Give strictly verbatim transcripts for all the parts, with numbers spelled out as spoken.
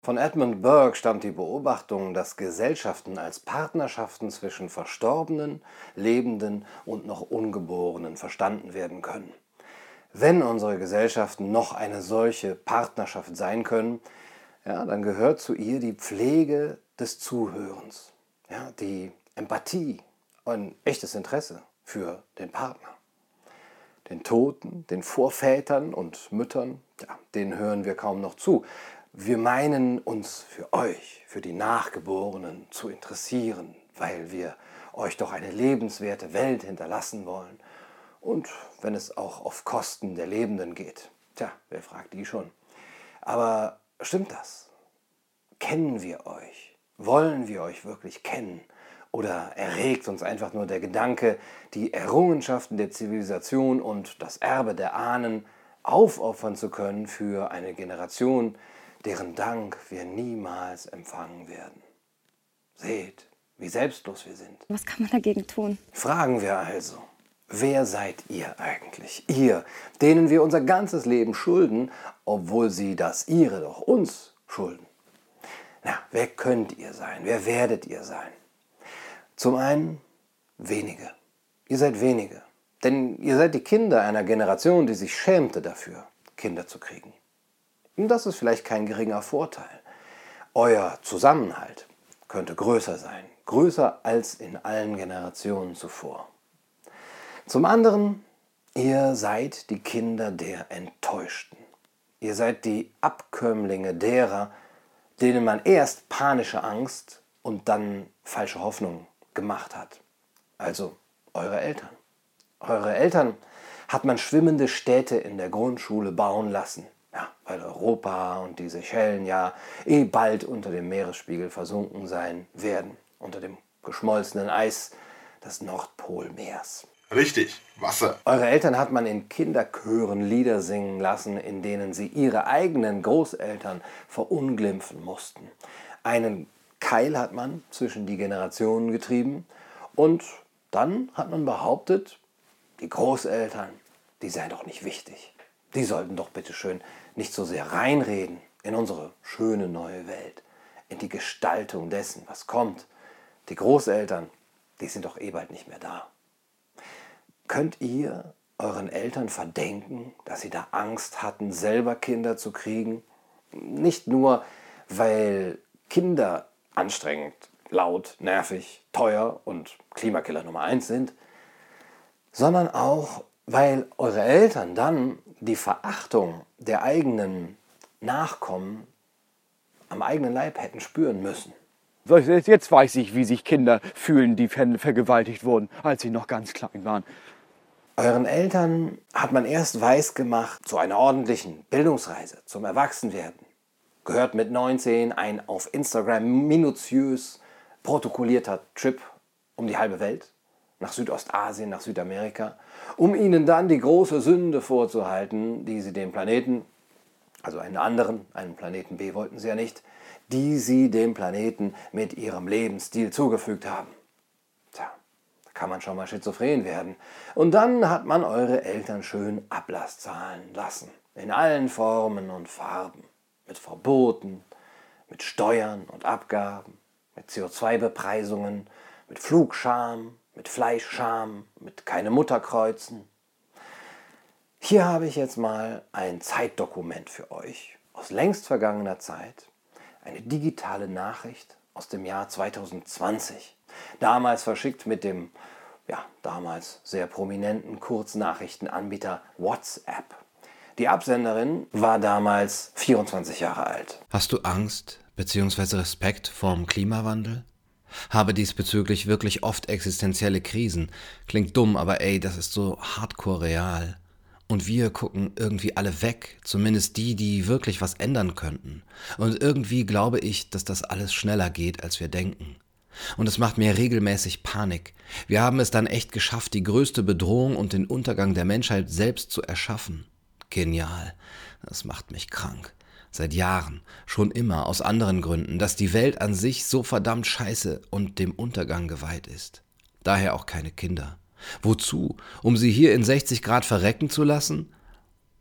Von Edmund Burke stammt die Beobachtung, dass Gesellschaften als Partnerschaften zwischen Verstorbenen, Lebenden und noch Ungeborenen verstanden werden können. Wenn unsere Gesellschaften noch eine solche Partnerschaft sein können, ja, dann gehört zu ihr die Pflege des Zuhörens, ja, die Empathie und echtes Interesse für den Partner. Den Toten, den Vorvätern und Müttern, ja, denen hören wir kaum noch zu. Wir meinen uns für euch, für die Nachgeborenen zu interessieren, weil wir euch doch eine lebenswerte Welt hinterlassen wollen. Und wenn es auch auf Kosten der Lebenden geht. Tja, wer fragt die schon? Aber stimmt das? Kennen wir euch? Wollen wir euch wirklich kennen? Oder erregt uns einfach nur der Gedanke, die Errungenschaften der Zivilisation und das Erbe der Ahnen aufopfern zu können für eine Generation, deren Dank wir niemals empfangen werden? Seht, wie selbstlos wir sind. Was kann man dagegen tun? Fragen wir also, wer seid ihr eigentlich? Ihr, denen wir unser ganzes Leben schulden, obwohl sie das ihre doch uns schulden. Na, wer könnt ihr sein? Wer werdet ihr sein? Zum einen wenige. Ihr seid wenige. Denn ihr seid die Kinder einer Generation, die sich schämte dafür, Kinder zu kriegen. Und das ist vielleicht kein geringer Vorteil. Euer Zusammenhalt könnte größer sein. Größer als in allen Generationen zuvor. Zum anderen, ihr seid die Kinder der Enttäuschten. Ihr seid die Abkömmlinge derer, denen man erst panische Angst und dann falsche Hoffnung gemacht hat. Also eure Eltern. Eure Eltern hat man schwimmende Städte in der Grundschule bauen lassen. Ja, weil Europa und die Seychellen ja eh bald unter dem Meeresspiegel versunken sein werden. Unter dem geschmolzenen Eis des Nordpolmeers. Richtig, Wasser. Eure Eltern hat man in Kinderchören Lieder singen lassen, in denen sie ihre eigenen Großeltern verunglimpfen mussten. Einen Keil hat man zwischen die Generationen getrieben und dann hat man behauptet, die Großeltern, die seien doch nicht wichtig. Die sollten doch bitteschön nicht so sehr reinreden in unsere schöne neue Welt, in die Gestaltung dessen, was kommt. Die Großeltern, die sind doch eh bald nicht mehr da. Könnt ihr euren Eltern verdenken, dass sie da Angst hatten, selber Kinder zu kriegen? Nicht nur, weil Kinder anstrengend, laut, nervig, teuer und Klimakiller Nummer eins sind, sondern auch, weil eure Eltern dann die Verachtung der eigenen Nachkommen am eigenen Leib hätten spüren müssen. Jetzt weiß ich, wie sich Kinder fühlen, die vergewaltigt wurden, als sie noch ganz klein waren. Euren Eltern hat man erst weiß gemacht zu einer ordentlichen Bildungsreise, zum Erwachsenwerden. Gehört mit neunzehn ein auf Instagram minutiös protokollierter Trip um die halbe Welt, nach Südostasien, nach Südamerika, um ihnen dann die große Sünde vorzuhalten, die sie dem Planeten, also einen anderen, einen Planeten B wollten sie ja nicht, die sie dem Planeten mit ihrem Lebensstil zugefügt haben. Tja, da kann man schon mal schizophren werden. Und dann hat man eure Eltern schön Ablass zahlen lassen, in allen Formen und Farben, mit Verboten, mit Steuern und Abgaben, mit C O zwei Bepreisungen, mit Flugscham, mit Fleischscham, mit keine Mutterkreuzen. Hier habe ich jetzt mal ein Zeitdokument für euch aus längst vergangener Zeit, eine digitale Nachricht aus dem Jahr zweitausendzwanzig, damals verschickt mit dem, ja, damals sehr prominenten Kurznachrichtenanbieter WhatsApp. Die Absenderin war damals vierundzwanzig Jahre alt. Hast du Angst bzw. Respekt vorm Klimawandel? Habe diesbezüglich wirklich oft existenzielle Krisen. Klingt dumm, aber ey, das ist so hardcore real. Und wir gucken irgendwie alle weg, zumindest die, die wirklich was ändern könnten. Und irgendwie glaube ich, dass das alles schneller geht, als wir denken. Und es macht mir regelmäßig Panik. Wir haben es dann echt geschafft, die größte Bedrohung und den Untergang der Menschheit selbst zu erschaffen. Genial. Das macht mich krank. Seit Jahren, schon immer, aus anderen Gründen, dass die Welt an sich so verdammt scheiße und dem Untergang geweiht ist. Daher auch keine Kinder. Wozu? Um sie hier in sechzig Grad verrecken zu lassen?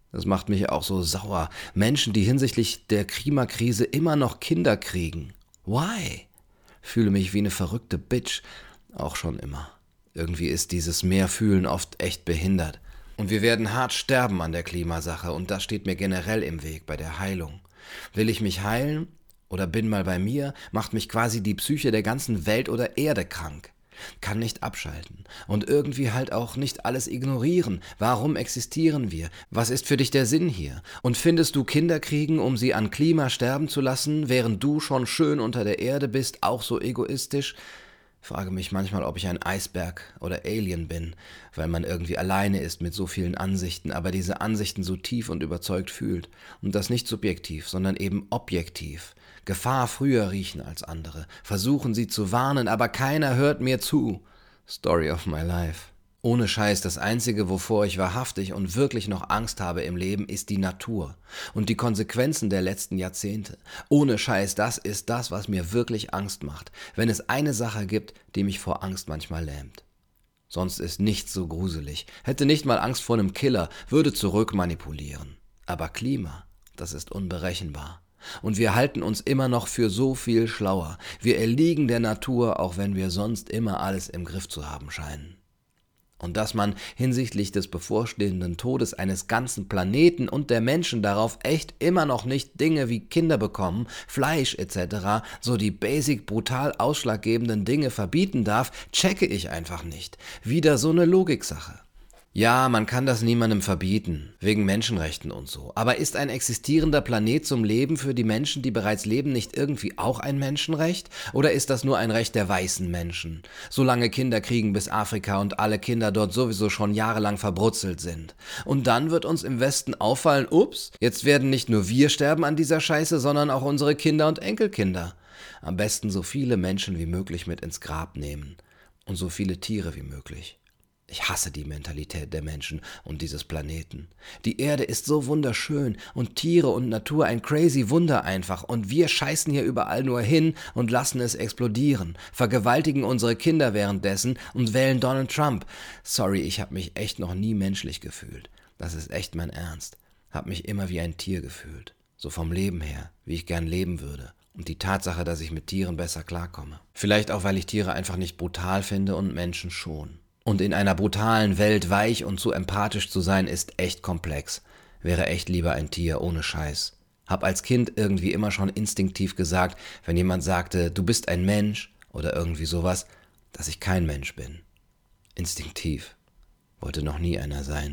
Das macht mich auch so sauer. Menschen, die hinsichtlich der Klimakrise immer noch Kinder kriegen. Why? Fühle mich wie eine verrückte Bitch. Auch schon immer. Irgendwie ist dieses Mehrfühlen oft echt behindert. Und wir werden hart sterben an der Klimasache und das steht mir generell im Weg bei der Heilung. Will ich mich heilen oder bin mal bei mir, macht mich quasi die Psyche der ganzen Welt oder Erde krank. Kann nicht abschalten und irgendwie halt auch nicht alles ignorieren. Warum existieren wir? Was ist für dich der Sinn hier? Und findest du Kinder kriegen, um sie an Klima sterben zu lassen, während du schon schön unter der Erde bist, auch so egoistisch? Frage mich manchmal, ob ich ein Eisberg oder Alien bin, weil man irgendwie alleine ist mit so vielen Ansichten, aber diese Ansichten so tief und überzeugt fühlt. Und das nicht subjektiv, sondern eben objektiv. Gefahr früher riechen als andere, versuchen sie zu warnen, aber keiner hört mir zu. Story of my life. Ohne Scheiß, das Einzige, wovor ich wahrhaftig und wirklich noch Angst habe im Leben, ist die Natur und die Konsequenzen der letzten Jahrzehnte. Ohne Scheiß, das ist das, was mir wirklich Angst macht, wenn es eine Sache gibt, die mich vor Angst manchmal lähmt. Sonst ist nichts so gruselig, hätte nicht mal Angst vor einem Killer, würde zurückmanipulieren. Aber Klima, das ist unberechenbar. Und wir halten uns immer noch für so viel schlauer. Wir erliegen der Natur, auch wenn wir sonst immer alles im Griff zu haben scheinen. Und dass man hinsichtlich des bevorstehenden Todes eines ganzen Planeten und der Menschen darauf echt immer noch nicht Dinge wie Kinder bekommen, Fleisch et cetera, so die basic brutal ausschlaggebenden Dinge verbieten darf, checke ich einfach nicht. Wieder so eine Logiksache. Ja, man kann das niemandem verbieten, wegen Menschenrechten und so. Aber ist ein existierender Planet zum Leben für die Menschen, die bereits leben, nicht irgendwie auch ein Menschenrecht? Oder ist das nur ein Recht der weißen Menschen? Solange Kinder kriegen bis Afrika und alle Kinder dort sowieso schon jahrelang verbrutzelt sind. Und dann wird uns im Westen auffallen, ups, jetzt werden nicht nur wir sterben an dieser Scheiße, sondern auch unsere Kinder und Enkelkinder. Am besten so viele Menschen wie möglich mit ins Grab nehmen. Und so viele Tiere wie möglich. Ich hasse die Mentalität der Menschen und dieses Planeten. Die Erde ist so wunderschön und Tiere und Natur ein crazy Wunder einfach und wir scheißen hier überall nur hin und lassen es explodieren, vergewaltigen unsere Kinder währenddessen und wählen Donald Trump. Sorry, ich habe mich echt noch nie menschlich gefühlt. Das ist echt mein Ernst. Hab mich immer wie ein Tier gefühlt. So vom Leben her, wie ich gern leben würde. Und die Tatsache, dass ich mit Tieren besser klarkomme. Vielleicht auch, weil ich Tiere einfach nicht brutal finde und Menschen schon. Und in einer brutalen Welt weich und so empathisch zu sein, ist echt komplex. Wäre echt lieber ein Tier, ohne Scheiß. Hab als Kind irgendwie immer schon instinktiv gesagt, wenn jemand sagte, du bist ein Mensch oder irgendwie sowas, dass ich kein Mensch bin. Instinktiv. Wollte noch nie einer sein.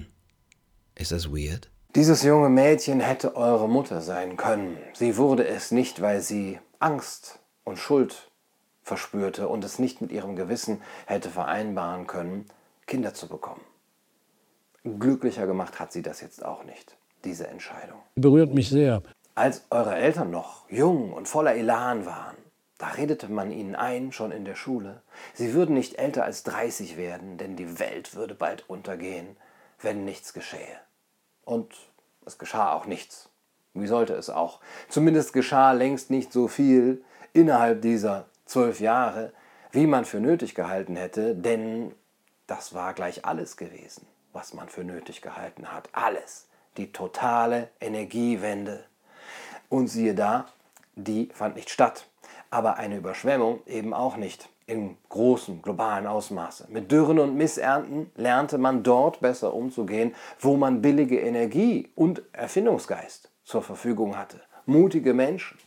Ist das weird? Dieses junge Mädchen hätte eure Mutter sein können. Sie wurde es nicht, weil sie Angst und Schuld verspürte und es nicht mit ihrem Gewissen hätte vereinbaren können, Kinder zu bekommen. Glücklicher gemacht hat sie das jetzt auch nicht, diese Entscheidung. Berührt mich sehr. Als eure Eltern noch jung und voller Elan waren, da redete man ihnen ein, schon in der Schule, sie würden nicht älter als dreißig werden, denn die Welt würde bald untergehen, wenn nichts geschähe. Und es geschah auch nichts. Wie sollte es auch? Zumindest geschah längst nicht so viel innerhalb dieser zwölf Jahre, wie man für nötig gehalten hätte, denn das war gleich alles gewesen, was man für nötig gehalten hat. Alles. Die totale Energiewende. Und siehe da, die fand nicht statt. Aber eine Überschwemmung eben auch nicht im großen, globalen Ausmaße. Mit Dürren und Missernten lernte man dort besser umzugehen, wo man billige Energie und Erfindungsgeist zur Verfügung hatte. Mutige Menschen.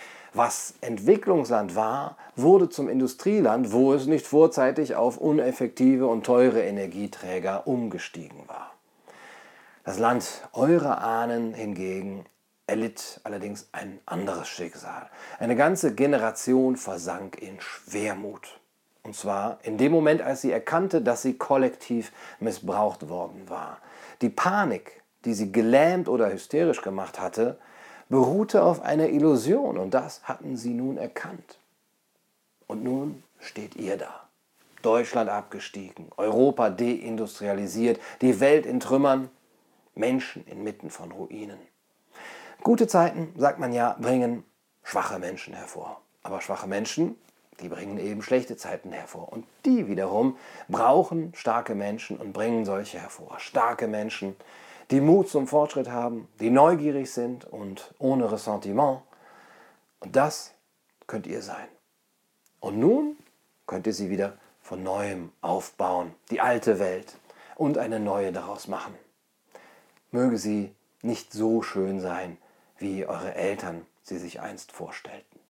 Was Entwicklungsland war, wurde zum Industrieland, wo es nicht vorzeitig auf uneffektive und teure Energieträger umgestiegen war. Das Land eurer Ahnen hingegen erlitt allerdings ein anderes Schicksal. Eine ganze Generation versank in Schwermut. Und zwar in dem Moment, als sie erkannte, dass sie kollektiv missbraucht worden war. Die Panik, die sie gelähmt oder hysterisch gemacht hatte, beruhte auf einer Illusion und das hatten sie nun erkannt. Und nun steht ihr da. Deutschland abgestiegen, Europa deindustrialisiert, die Welt in Trümmern, Menschen inmitten von Ruinen. Gute Zeiten, sagt man ja, bringen schwache Menschen hervor. Aber schwache Menschen, die bringen eben schlechte Zeiten hervor. Und die wiederum brauchen starke Menschen und bringen solche hervor. Starke Menschen, die Mut zum Fortschritt haben, die neugierig sind und ohne Ressentiment. Und das könnt ihr sein. Und nun könnt ihr sie wieder von Neuem aufbauen, die alte Welt, und eine neue daraus machen. Möge sie nicht so schön sein, wie eure Eltern sie sich einst vorstellten.